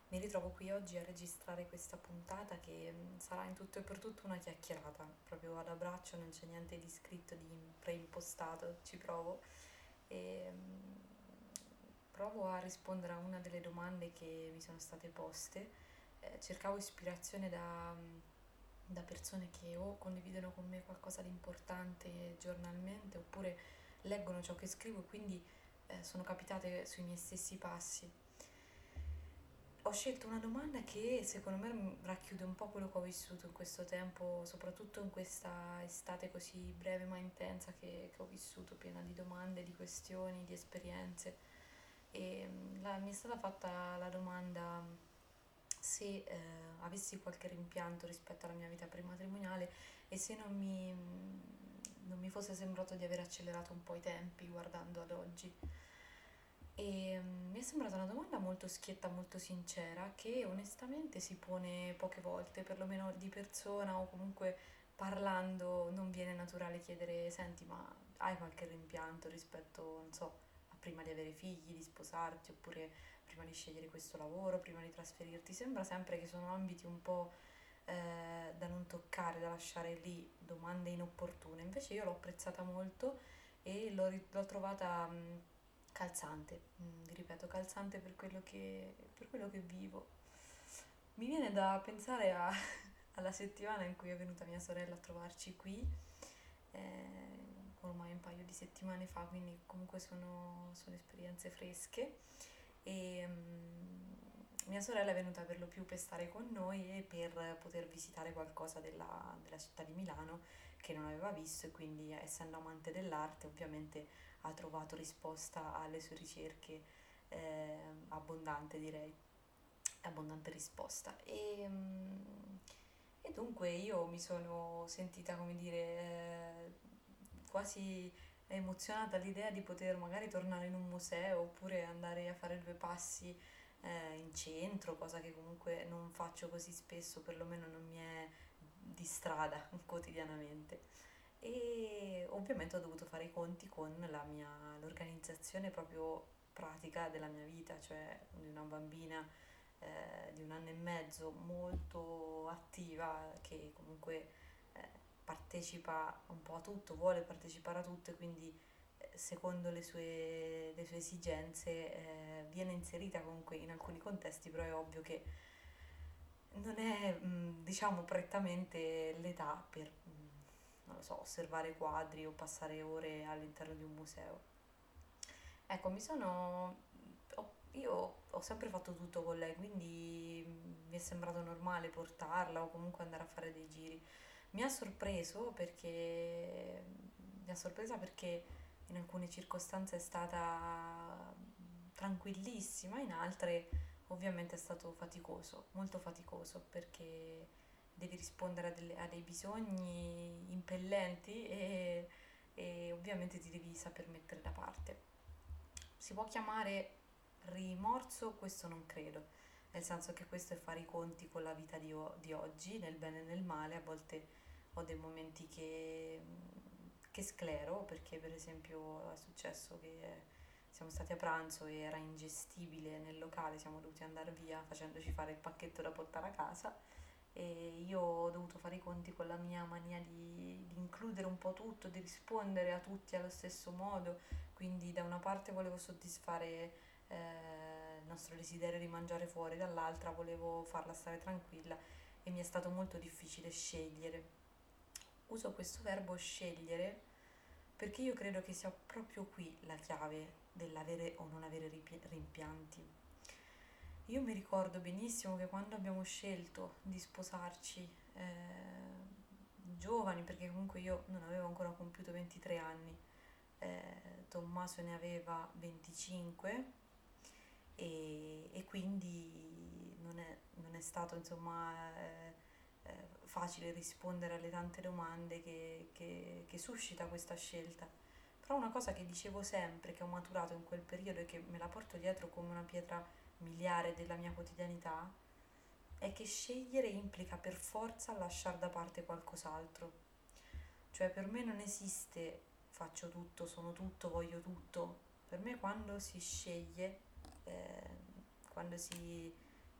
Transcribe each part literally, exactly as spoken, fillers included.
Mi ritrovo qui oggi a registrare questa puntata che mm, sarà in tutto e per tutto una chiacchierata, proprio ad abbraccio, non c'è niente di scritto, di preimpostato, ci provo e mm, provo a rispondere a una delle domande che mi sono state poste. Eh, cercavo ispirazione da, mm, da persone che o condividono con me qualcosa di importante giornalmente oppure leggono ciò che scrivo, quindi eh, sono capitate sui miei stessi passi. Ho scelto una domanda che secondo me racchiude un po' quello che ho vissuto in questo tempo, soprattutto in questa estate così breve ma intensa che, che ho vissuto, piena di domande, di questioni, di esperienze. E mm, la- mi è stata fatta la domanda se eh, avessi qualche rimpianto rispetto alla mia vita prematrimoniale e se non mi, non mi fosse sembrato di aver accelerato un po' i tempi guardando ad oggi. E mm, mi è sembrata una domanda molto schietta, molto sincera, che onestamente si pone poche volte, perlomeno di persona o comunque parlando non viene naturale chiedere, senti, ma hai qualche rimpianto rispetto, non so, a prima di avere figli, di sposarti, oppure prima di scegliere questo lavoro, prima di trasferirti? Sembra sempre che sono ambiti un po' eh, da non toccare, da lasciare lì, domande inopportune. Invece io l'ho apprezzata molto e l'ho, ri- l'ho trovata mh, calzante, mm, vi ripeto, calzante per quello che, per quello che vivo. Mi viene da pensare a- alla settimana in cui è venuta mia sorella a trovarci qui, eh, ormai un paio di settimane fa, quindi comunque sono, sono esperienze fresche. E mm, mia sorella è venuta per lo più per stare con noi e per poter visitare qualcosa della, della città di Milano che non aveva visto e quindi essendo amante dell'arte ovviamente ha trovato risposta alle sue ricerche, eh, abbondante direi, abbondante risposta. E, mm, e dunque io mi sono sentita, come dire, eh, quasi emozionata all'idea di poter magari tornare in un museo oppure andare a fare due passi eh, in centro, cosa che comunque non faccio così spesso, perlomeno non mi è di strada quotidianamente. E ovviamente ho dovuto fare i conti con la mia, l'organizzazione proprio pratica della mia vita, cioè di una bambina eh, di un anno e mezzo molto attiva che comunque eh, partecipa un po' a tutto, vuole partecipare a tutto e quindi eh, secondo le sue, le sue esigenze eh, viene inserita comunque in alcuni contesti, però è ovvio che non è, mh, diciamo, prettamente l'età per, mh, non lo so, osservare quadri o passare ore all'interno di un museo. Ecco, mi sono... ho- io ho sempre fatto tutto con lei, quindi mi è sembrato normale portarla o comunque andare a fare dei giri. Mi ha sorpreso perché... Mi ha sorpresa perché in alcune circostanze è stata tranquillissima, in altre ovviamente è stato faticoso, molto faticoso perché devi rispondere a, delle- a dei bisogni impellenti e, e ovviamente ti devi saper mettere da parte. Si può chiamare rimorso? Questo non credo, nel senso che questo è fare i conti con la vita di, o- di oggi, nel bene e nel male. A volte ho dei momenti che, che sclero, perché per esempio è successo che siamo stati a pranzo e era ingestibile nel locale, siamo dovuti andare via facendoci fare il pacchetto da portare a casa e io ho dovuto fare i conti con la mia mania di, di includere un po' tutto, di rispondere a tutti allo stesso modo, quindi da una parte volevo soddisfare eh, il nostro desiderio di mangiare fuori, dall'altra volevo farla stare tranquilla e mi è stato molto difficile scegliere. Uso questo verbo scegliere perché io credo che sia proprio qui la chiave dell'avere o non avere ripi- rimpianti. Io mi ricordo benissimo che quando abbiamo scelto di sposarci eh, giovani, perché comunque io non avevo ancora compiuto ventitré anni, eh, Tommaso ne aveva venticinque e, e quindi non è, non è stato insomma eh, eh, facile rispondere alle tante domande che, che, che suscita questa scelta. Però una cosa che dicevo sempre, che ho maturato in quel periodo e che me la porto dietro come una pietra miliare della mia quotidianità, è che scegliere implica per forza lasciare da parte qualcos'altro. Cioè per me non esiste faccio tutto, sono tutto, voglio tutto. Per me quando si sceglie, eh, quando si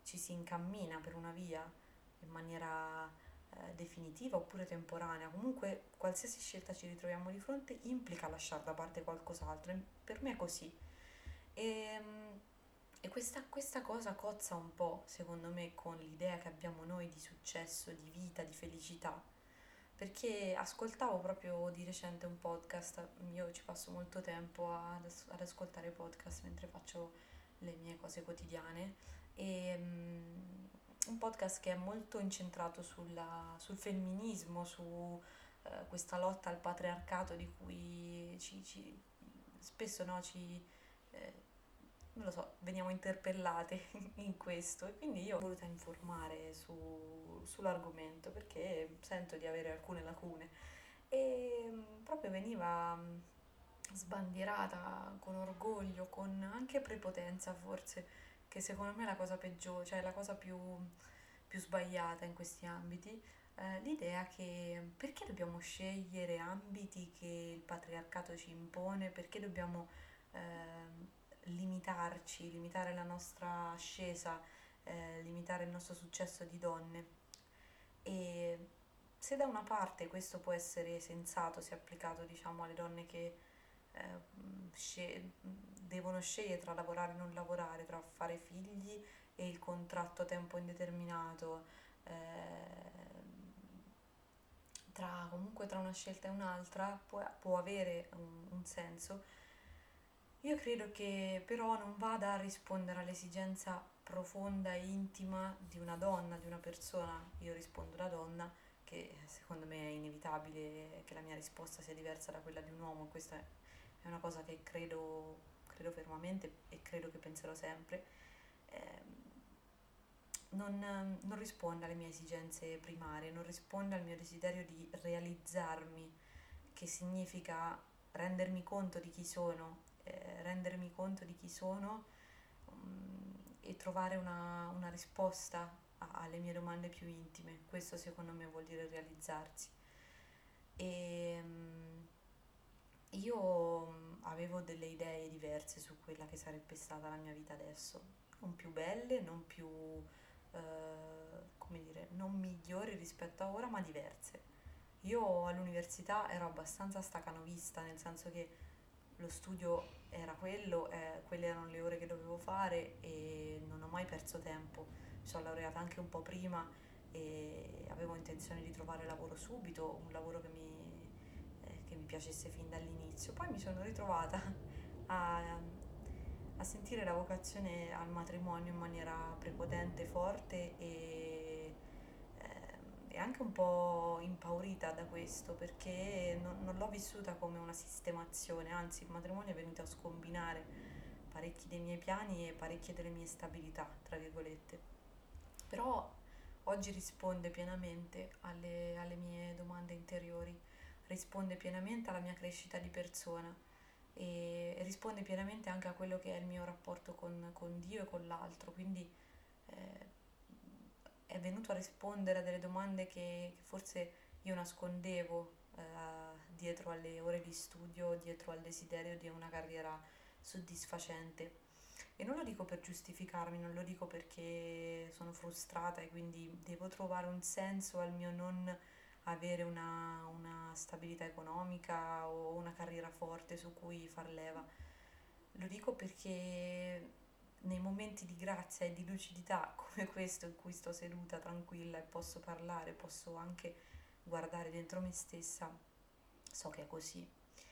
ci si incammina per una via in maniera eh, definitiva oppure temporanea, comunque qualsiasi scelta ci ritroviamo di fronte implica lasciare da parte qualcos'altro. E per me è così. E, e questa, questa cosa cozza un po', secondo me, con l'idea che abbiamo noi di successo, di vita, di felicità. Perché ascoltavo proprio di recente un podcast, io ci passo molto tempo ad, as- ad ascoltare podcast mentre faccio le mie cose quotidiane, e mm, un podcast che è molto incentrato sulla- sul femminismo, su eh, questa lotta al patriarcato di cui ci, ci- spesso no, ci, eh, non lo so, veniamo interpellate in questo, e quindi io ho voluto informare su- sull'argomento perché sento di avere alcune lacune, e mm, proprio veniva mm, sbandierata con orgoglio, con anche prepotenza forse, che secondo me è la cosa peggiore, cioè la cosa più, più sbagliata in questi ambiti, eh, l'idea che perché dobbiamo scegliere ambiti che il patriarcato ci impone, perché dobbiamo ehm, limitarci, limitare la nostra ascesa, eh, limitare il nostro successo di donne. E se da una parte questo può essere sensato se applicato, diciamo, alle donne che eh, sce- devono scegliere tra lavorare e non lavorare, tra fare figli e il contratto a tempo indeterminato, eh, tra, comunque tra una scelta e un'altra può, può avere un, un senso. Io credo che però non vada a rispondere all'esigenza profonda e intima di una donna, di una persona. Io rispondo da donna, che secondo me è inevitabile che la mia risposta sia diversa da quella di un uomo. Questa è è una cosa che credo, credo fermamente e credo che penserò sempre. Ehm, non, non risponde alle mie esigenze primarie, non risponde al mio desiderio di realizzarmi, che significa rendermi conto di chi sono, eh, rendermi conto di chi sono, mm, e trovare una, una risposta a- alle mie domande più intime. Questo secondo me vuol dire realizzarsi. E mm, io mm, avevo delle idee diverse su quella che sarebbe stata la mia vita adesso, non più belle, non più, eh, come dire, non migliori rispetto a ora, ma diverse. Io all'università ero abbastanza stacanovista, nel senso che lo studio era quello, eh, quelle erano le ore che dovevo fare e non ho mai perso tempo. Mi sono laureata anche un po' prima e avevo intenzione di trovare lavoro subito, un lavoro che mi, eh, che mi piacesse fin dall'inizio. Poi mi sono ritrovata a, a sentire la vocazione al matrimonio in maniera prepotente, forte e, ehm, e anche un po' impaurita da questo, perché non, non l'ho vissuta come una sistemazione, anzi il matrimonio è venuto a scombinare parecchi dei miei piani e parecchie delle mie stabilità, tra virgolette. Però oggi risponde pienamente alle, alle mie domande interiori, risponde pienamente alla mia crescita di persona e risponde pienamente anche a quello che è il mio rapporto con, con Dio e con l'altro. Quindi eh, è venuto a rispondere a delle domande che, che forse io nascondevo eh, dietro alle ore di studio, dietro al desiderio di una carriera soddisfacente. E non lo dico per giustificarmi, non lo dico perché sono frustrata e quindi devo trovare un senso al mio non avere una, una stabilità economica o una carriera forte su cui far leva. Lo dico perché nei momenti di grazia e di lucidità come questo in cui sto seduta tranquilla e posso parlare, posso anche guardare dentro me stessa, so che è così.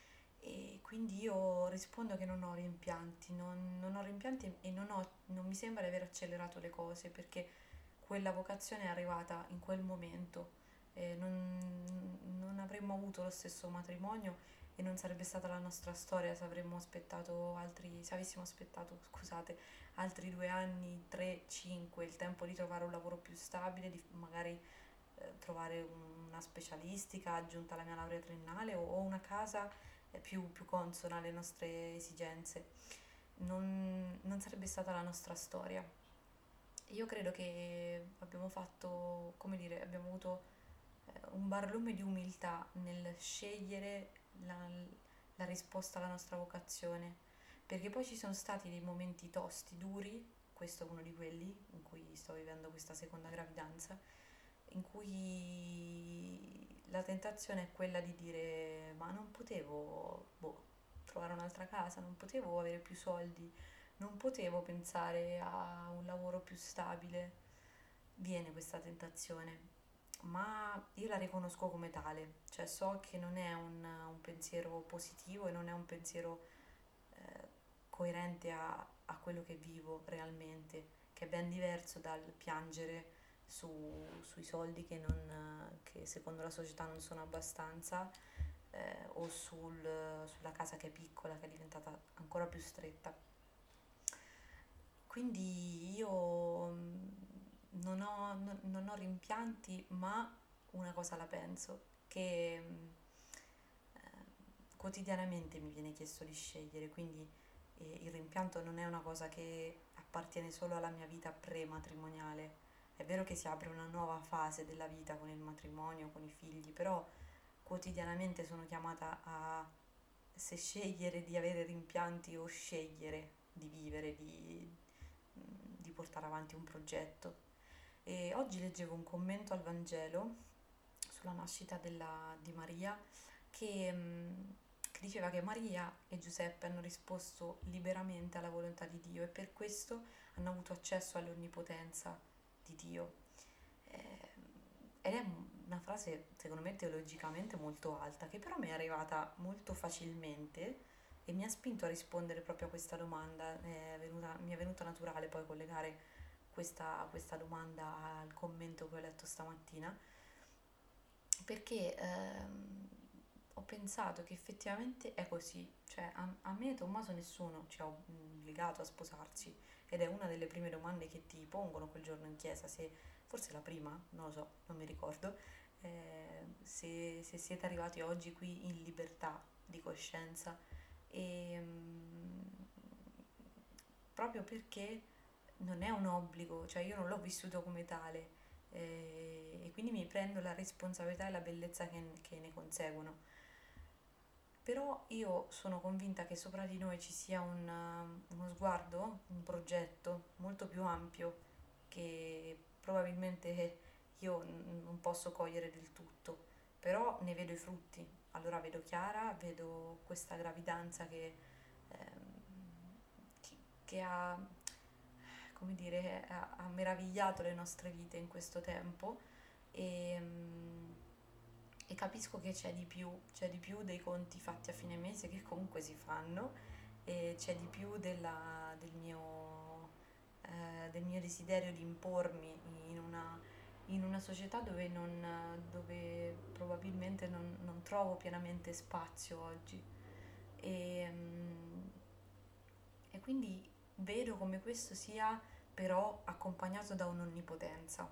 E quindi io rispondo che non ho rimpianti, non, non ho rimpianti e non, ho, non mi sembra di aver accelerato le cose perché quella vocazione è arrivata in quel momento. Eh, non, non avremmo avuto lo stesso matrimonio e non sarebbe stata la nostra storia se avremmo aspettato altri, se avessimo aspettato, scusate, altri due anni, tre, cinque, il tempo di trovare un lavoro più stabile, di magari eh, trovare una specialistica aggiunta alla mia laurea triennale o, o una casa eh, più, più consona alle nostre esigenze. Non, non sarebbe stata la nostra storia. Io credo che abbiamo fatto, come dire, abbiamo avuto eh, un barlume di umiltà nel scegliere la, la risposta alla nostra vocazione, perché poi ci sono stati dei momenti tosti, duri, questo è uno di quelli in cui sto sto vivendo questa seconda gravidanza, in cui la tentazione è quella di dire ma non potevo, boh, trovare un'altra casa, non potevo avere più soldi, non potevo pensare a un lavoro più stabile. Viene questa tentazione, ma io la riconosco come tale, cioè so che non è un, un pensiero positivo e non è un pensiero eh, coerente a, a quello che vivo realmente, che è ben diverso dal piangere su- sui soldi che, non, che secondo la società non sono abbastanza, eh, o sul- sulla casa che è piccola, che è diventata ancora più stretta. Quindi io mm, non ho, non- non ho rimpianti, ma una cosa la penso, che mm, eh, quotidianamente mi viene chiesto di scegliere, quindi eh, il rimpianto non è una cosa che appartiene solo alla mia vita pre-matrimoniale. È vero che si apre una nuova fase della vita con il matrimonio, con i figli, però quotidianamente sono chiamata a se scegliere di avere rimpianti o scegliere di vivere, di, di portare avanti un progetto. E oggi leggevo un commento al Vangelo sulla nascita della- di Maria che, mh, che diceva che Maria e Giuseppe hanno risposto liberamente alla volontà di Dio e per questo hanno avuto accesso all'onnipotenza di Dio. Eh, ed è una frase, secondo me, teologicamente molto alta, che però mi è arrivata molto facilmente e mi ha spinto a rispondere proprio a questa domanda. È venuta- mi è venuta naturale poi collegare questa, questa domanda al commento che ho letto stamattina, perché ehm, ho pensato che effettivamente è così, cioè a, a me Tommaso nessuno ci ha obbligato a sposarsi ed è una delle prime domande che ti pongono quel giorno in chiesa, se forse la prima, non lo so, non mi ricordo, eh, se, se siete arrivati oggi qui in libertà di coscienza e mm, proprio perché non è un obbligo, cioè io non l'ho vissuto come tale eh, e quindi mi prendo la responsabilità e la bellezza che, che ne conseguono. Però io sono convinta che sopra di noi ci sia un, um, uno sguardo, un progetto molto più ampio che probabilmente io n- non posso cogliere del tutto, però ne vedo i frutti. Allora vedo Chiara, vedo questa gravidanza che, ehm, che, che ha, come dire, ha, ha meravigliato le nostre vite in questo tempo e, mm, e capisco che c'è di più, c'è di più dei conti fatti a fine mese che comunque si fanno e c'è di più della- del mio, eh, del mio desiderio di impormi in una, in una società dove, non, dove probabilmente non, non trovo pienamente spazio oggi. E, mm, e quindi vedo come questo sia però accompagnato da un'onnipotenza.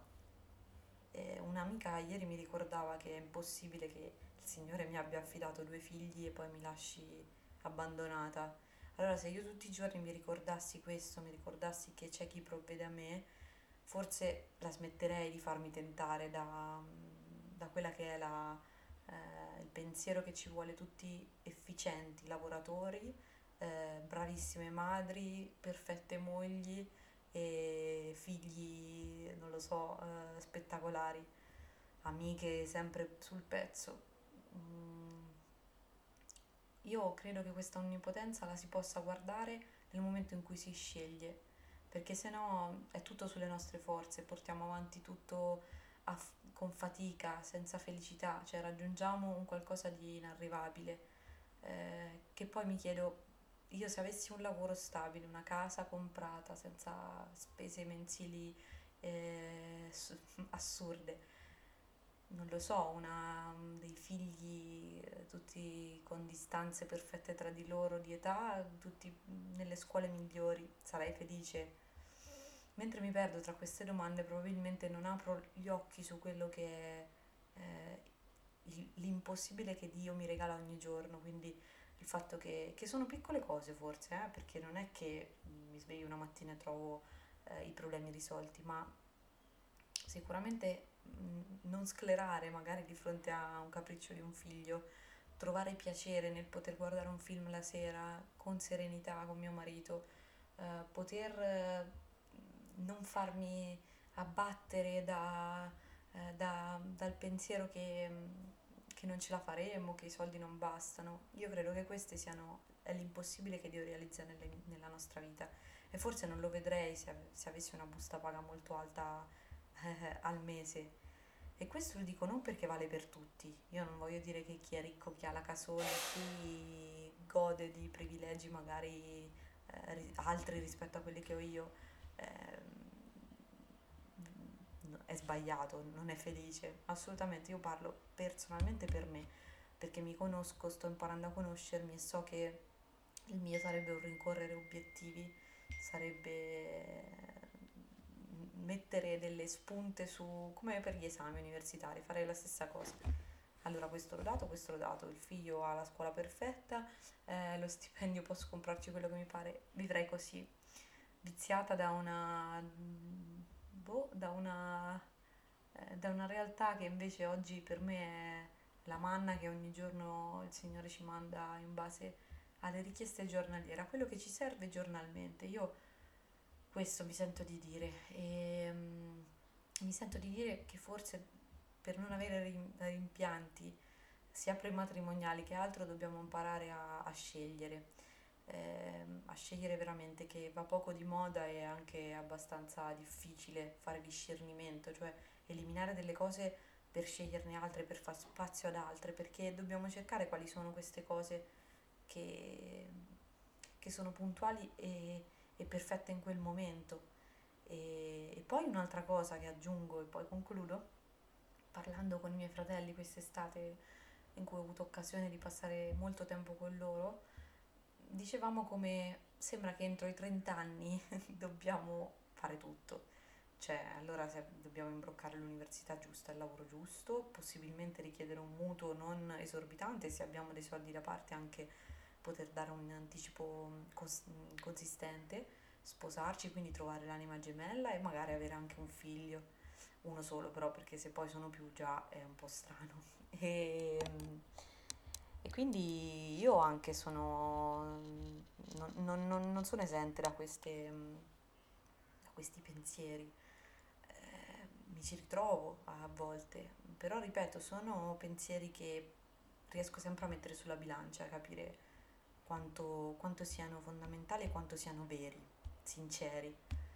E un'amica ieri mi ricordava che è impossibile che il Signore mi abbia affidato due figli e poi mi lasci abbandonata. Allora, se io tutti i giorni mi ricordassi questo, mi ricordassi che c'è chi provvede a me, forse la smetterei di farmi tentare da, da quella che è la, eh, il pensiero che ci vuole tutti efficienti lavoratori, eh, bravissime madri, perfette mogli e figli, non lo so, eh, spettacolari, amiche sempre sul pezzo. Mm, io credo che questa onnipotenza la si possa guardare nel momento in cui si sceglie, perché se no è tutto sulle nostre forze, portiamo avanti tutto a f- con fatica, senza felicità, cioè raggiungiamo un qualcosa di inarrivabile, eh, che poi mi chiedo, io se avessi un lavoro stabile, una casa comprata, senza spese mensili eh, s- assurde, non lo so, una, dei figli eh, tutti con distanze perfette tra di loro di età, tutti nelle scuole migliori, sarei felice. Mentre mi perdo tra queste domande, probabilmente non apro gli occhi su quello che è eh, il- l'impossibile che Dio mi regala ogni giorno, quindi il fatto che, che sono piccole cose forse, eh, perché non è che mi sveglio una mattina e trovo eh, i problemi risolti, ma sicuramente mh, non sclerare magari di fronte a un capriccio di un figlio, trovare piacere nel poter guardare un film la sera con serenità con mio marito, eh, poter eh, non farmi abbattere da, eh, da- dal pensiero che, mm, che non ce la faremo, che i soldi non bastano. Io credo che queste siano, è l'impossibile che Dio realizza nelle- nella nostra vita e forse non lo vedrei se, ave- se avessi una busta paga molto alta eh, al mese. E questo lo dico non perché vale per tutti. Io non voglio dire che chi è ricco, chi ha la casona, chi gode di privilegi magari eh, ri- altri rispetto a quelli che ho io, ehm, no, è sbagliato, non è felice. Assolutamente, io parlo personalmente per me, perché mi conosco, sto imparando a conoscermi e so che il mio sarebbe un rincorrere obiettivi, sarebbe mettere delle spunte su, come per gli esami universitari, fare la stessa cosa. Allora, questo l'ho dato, questo l'ho dato, il figlio ha la scuola perfetta, eh, lo stipendio posso comprarci quello che mi pare, vivrei così, viziata da una, boh, da una, eh, da una realtà che invece oggi per me è la manna che ogni giorno il Signore ci manda in base alle richieste giornaliere, a quello che ci serve giornalmente. Io questo mi sento di dire e mm, mi sento di dire che forse per non avere rim- rimpianti sia prematrimoniali che altro dobbiamo imparare a, a scegliere, ehm, a scegliere veramente, che va poco di moda e anche abbastanza difficile fare discernimento, cioè eliminare delle cose per sceglierne altre, per far spazio ad altre, perché dobbiamo cercare quali sono queste cose che, che sono puntuali e, e perfette in quel momento. E, e poi un'altra cosa che aggiungo e poi concludo, parlando con i miei fratelli quest'estate in cui ho avuto occasione di passare molto tempo con loro, dicevamo come sembra che entro i trenta anni dobbiamo fare tutto. Cioè, allora se dobbiamo imbroccare l'università giusta, il lavoro giusto, possibilmente richiedere un mutuo non esorbitante, se abbiamo dei soldi da parte anche poter dare un anticipo cons- consistente, sposarci, quindi trovare l'anima gemella e magari avere anche un figlio, uno solo però, perché se poi sono più già è un po' strano. E, e quindi io anche sono, non, non- non- non sono esente da queste, da questi pensieri. Eh, mi ci ritrovo a volte, però ripeto, sono pensieri che riesco sempre a mettere sulla bilancia, a capire quanto, quanto siano fondamentali e quanto siano veri, sinceri.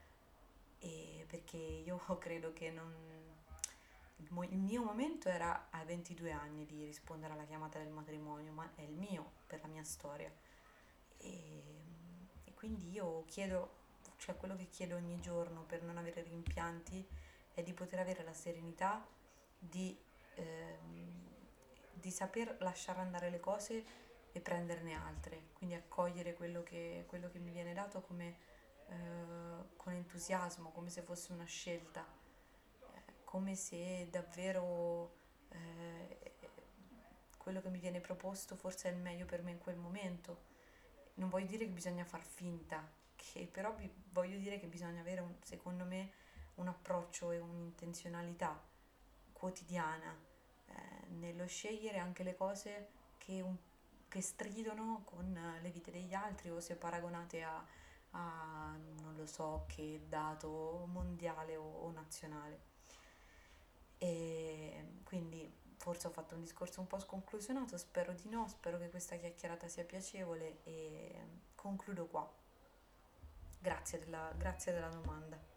E perché io credo che non, il, mo- il mio momento era a ventidue anni di rispondere alla chiamata del matrimonio, ma è il mio per la mia storia. E, e quindi io chiedo, cioè quello che chiedo ogni giorno per non avere rimpianti è di poter avere la serenità di, ehm, di saper lasciare andare le cose e prenderne altre, quindi accogliere quello che, quello che mi viene dato come, eh, con entusiasmo, come se fosse una scelta, eh, come se davvero eh, quello che mi viene proposto forse è il meglio per me in quel momento. Non voglio dire che bisogna far finta, che però bi- voglio dire che bisogna avere, un- secondo me, un approccio e un'intenzionalità quotidiana eh, nello scegliere anche le cose che, un- che stridono con eh, le vite degli altri o se paragonate a, a, non lo so, che dato mondiale o, o nazionale. E quindi forse ho fatto un discorso un po' sconclusionato, spero di no, spero che questa chiacchierata sia piacevole e concludo qua. Grazie della, grazie della domanda.